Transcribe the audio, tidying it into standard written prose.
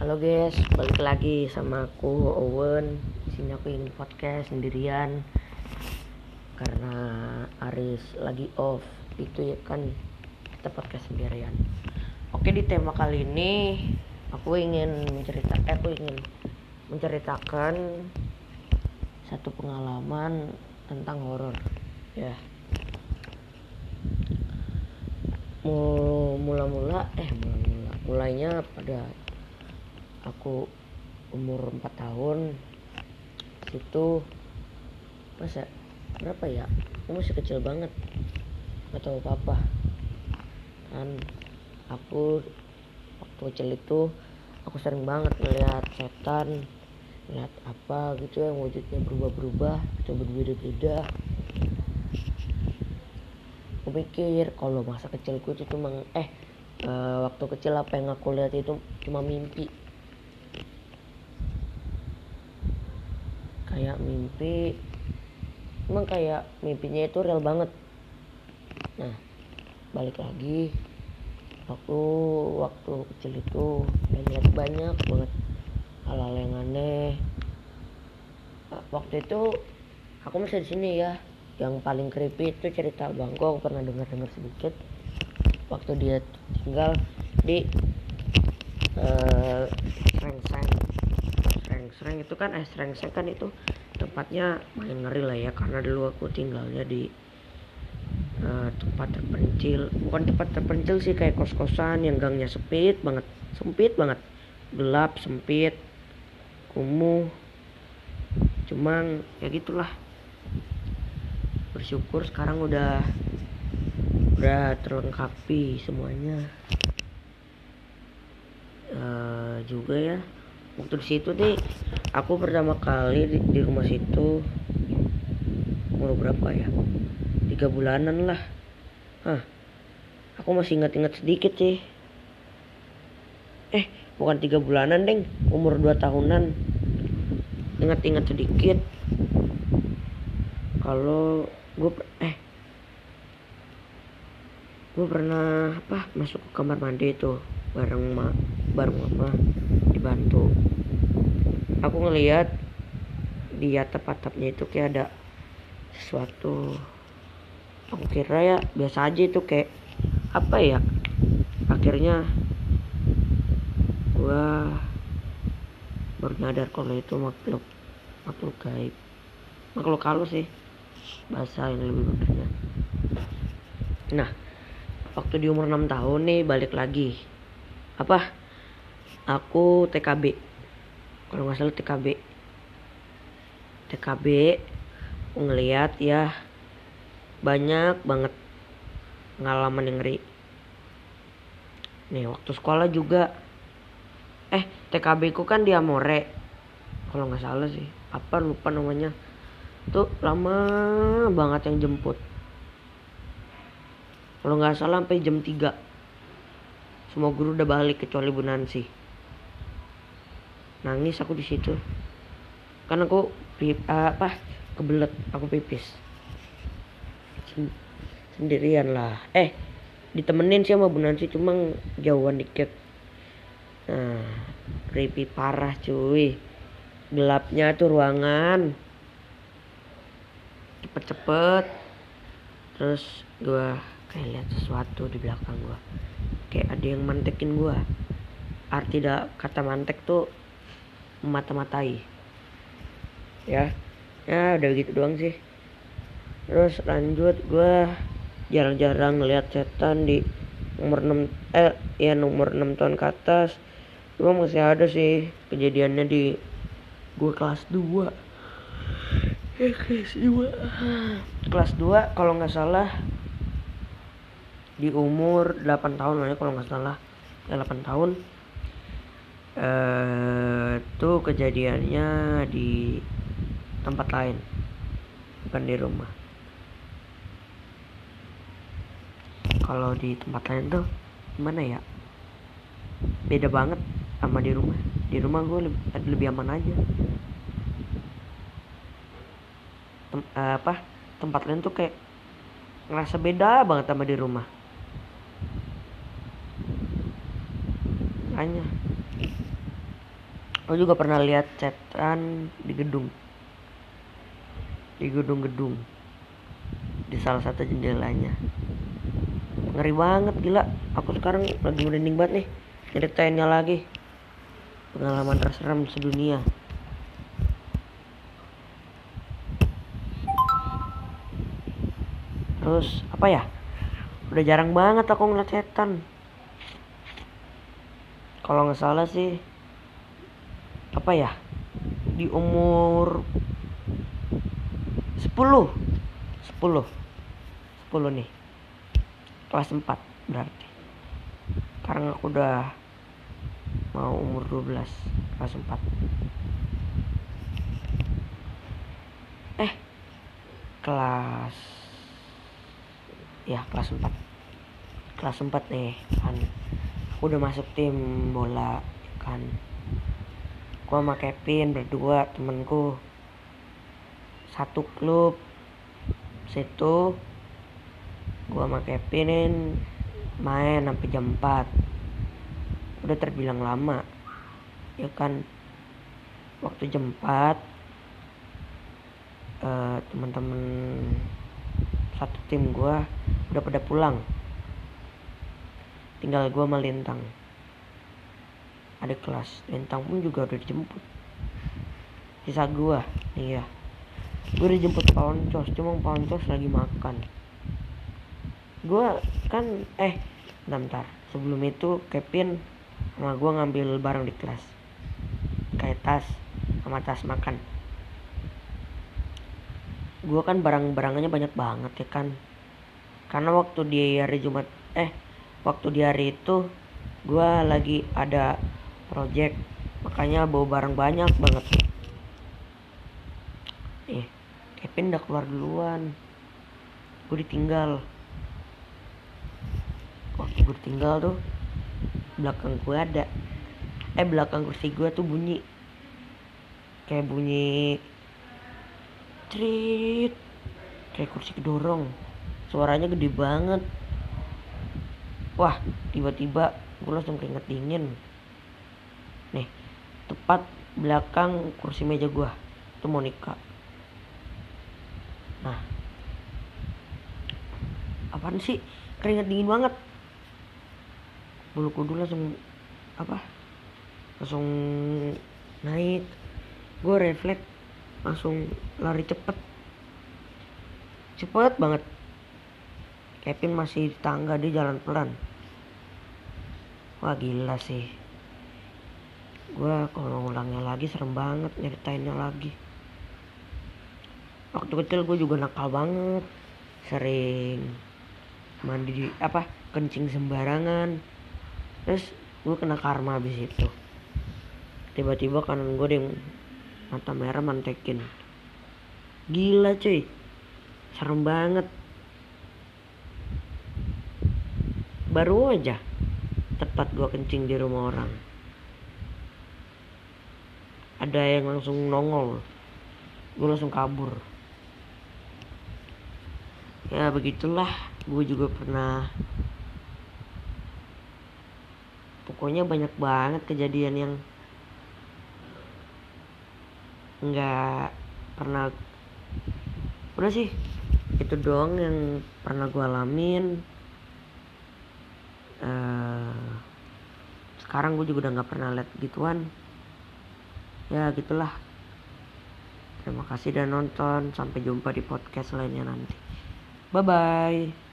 Halo guys, balik lagi sama aku Owen. Di sini aku ingin podcast sendirian karena Aris lagi off. Itu ya kan kita podcast sendirian. Oke, di tema kali ini aku ingin menceritakan satu pengalaman tentang horor. Ya. Mulainya pada aku umur 4 tahun. Situ masa berapa ya, aku masih kecil banget, gak tahu apa-apa kan. Aku waktu kecil itu aku sering banget ngeliat setan, ngeliat apa gitu yang wujudnya berubah-berubah atau berbeda-beda. Aku pikir kalau masa kecilku itu cuma waktu kecil apa yang aku lihat itu cuma mimpi. Emang kayak mimpinya itu real banget. Nah, balik lagi, aku waktu kecil itu lihat banyak banget hal-hal yang aneh. Waktu itu aku masih di sini ya. Yang paling creepy itu cerita abangku, aku pernah dengar sedikit waktu dia tinggal di Srengseng itu kan Srengseng kan itu tempatnya main ngeri lah ya, karena dulu aku tinggalnya di tempat terpencil sih, kayak kos-kosan yang gangnya sempit banget, gelap, sempit, kumuh. Cuman ya gitulah, bersyukur sekarang udah terlengkapi semuanya. Juga ya, waktu di situ nih aku pertama kali di rumah situ umur berapa ya, 3 bulanan lah. Aku masih ingat sedikit sih. Bukan 3 bulanan deng, umur 2 tahunan. Ingat sedikit kalau gue pernah masuk ke kamar mandi itu bareng mama, dibantu. Aku ngelihat di atapnya itu kayak ada sesuatu. Aku kira ya biasa aja, itu kayak apa ya. Akhirnya gua baru nyadar kalau itu makhluk gaib, makhluk halus sih bahasa yang lebih benernya. Nah, waktu di umur 6 tahun nih balik lagi. Aku TKB. Kalau nggak salah TKB ngelihat ya banyak banget pengalaman yang ngeri. Nih waktu sekolah juga TKB ku kan di Amore, kalau nggak salah sih, lupa namanya. Tuh lama banget yang jemput. Kalau nggak salah sampai jam 3. Semua guru udah balik kecuali Bu Nancy. Nangis aku di situ. Kan aku kebelet, aku pipis sendirian lah. Ditemenin sih sama Bu Nancy, cuma jauhan dikit. Nah, creepy parah cuy. Gelapnya tuh ruangan, cepet. Terus gue kayak lihat sesuatu di belakang gue, kayak ada yang mantekin gue. Arti kata mantek tuh memata-matai. Ya udah gitu doang sih. Terus lanjut, gue jarang-jarang ngeliat setan di umur 6 tahun ke atas. Cuma masih ada sih kejadiannya di gue kelas 2. Kelas 2 kalau nggak salah, di umur 8 tahun lah ya, kalau nggak salah 8 tahun. Tuh kejadiannya di tempat lain, bukan di rumah. Kalau di tempat lain tuh gimana ya, beda banget sama di rumah. Di rumah gue lebih aman aja. Tempat lain tuh kayak ngerasa beda banget sama di rumah. Makanya Lo juga pernah lihat setan di gedung-gedung, di salah satu jendelanya. Ngeri banget, gila. Aku sekarang lagi merinding banget nih nyeritainnya lagi. Pengalaman terseram sedunia. Terus apa ya, udah jarang banget aku ngeliat setan. Kalau nggak salah sih apa ya, di umur 10 nih, kelas 4 berarti. Sekarang aku udah mau umur 12, kelas 4. Kelas kelas 4 nih kan. Aku udah masuk tim bola kan. Gua sama Kevin berdua temenku satu klub situ. Gua sama Kevin main sampai jam 4. Udah terbilang lama ya kan. Waktu jam 4 teman-teman satu tim gua udah pada pulang, tinggal gua sama Lintang, adik kelas. Lintang pun juga udah dijemput. Sisa gua nih ya, gua dijemput Pak Oncos, cuma Pak Oncos lagi makan. Gua kan bentar, sebelum itu Kevin sama gua ngambil barang di kelas, kayak tas sama tas makan. Gua kan barang-barangannya banyak banget ya kan, karena waktu di hari Jumat waktu di hari itu gua lagi ada project, makanya bawa barang banyak banget. Kevin udah keluar duluan, gue ditinggal. Waktu gue ditinggal tuh, belakang kursi gue tuh bunyi kayak bunyi trit, kayak kursi kedorong. Suaranya gede banget. Wah, tiba-tiba gue langsung keringet dingin. Nih, tepat belakang kursi meja gue itu Monica. Nah, apaan sih, keringet dingin banget. Bulu kuduk langsung naik. Gue refleks langsung lari cepet banget. Kevin masih di tangga, dia jalan pelan. Wah gila sih. Gue kalau ngulangnya lagi serem banget nyeritainnya lagi. Waktu kecil gue juga nakal banget, sering mandi kencing sembarangan. Terus gue kena karma abis itu. Tiba-tiba kanan gue ada yang mata merah mantekin. Gila cuy, serem banget. Baru aja tepat gue kencing di rumah orang, ada yang langsung nongol, gue langsung kabur. Ya begitulah, gue juga pernah. Pokoknya banyak banget kejadian yang nggak pernah. Udah sih, itu doang yang pernah gue alamin. Sekarang gue juga udah nggak pernah lihat gituan. Ya gitulah. Terima kasih udah nonton. Sampai jumpa di podcast lainnya nanti. Bye bye.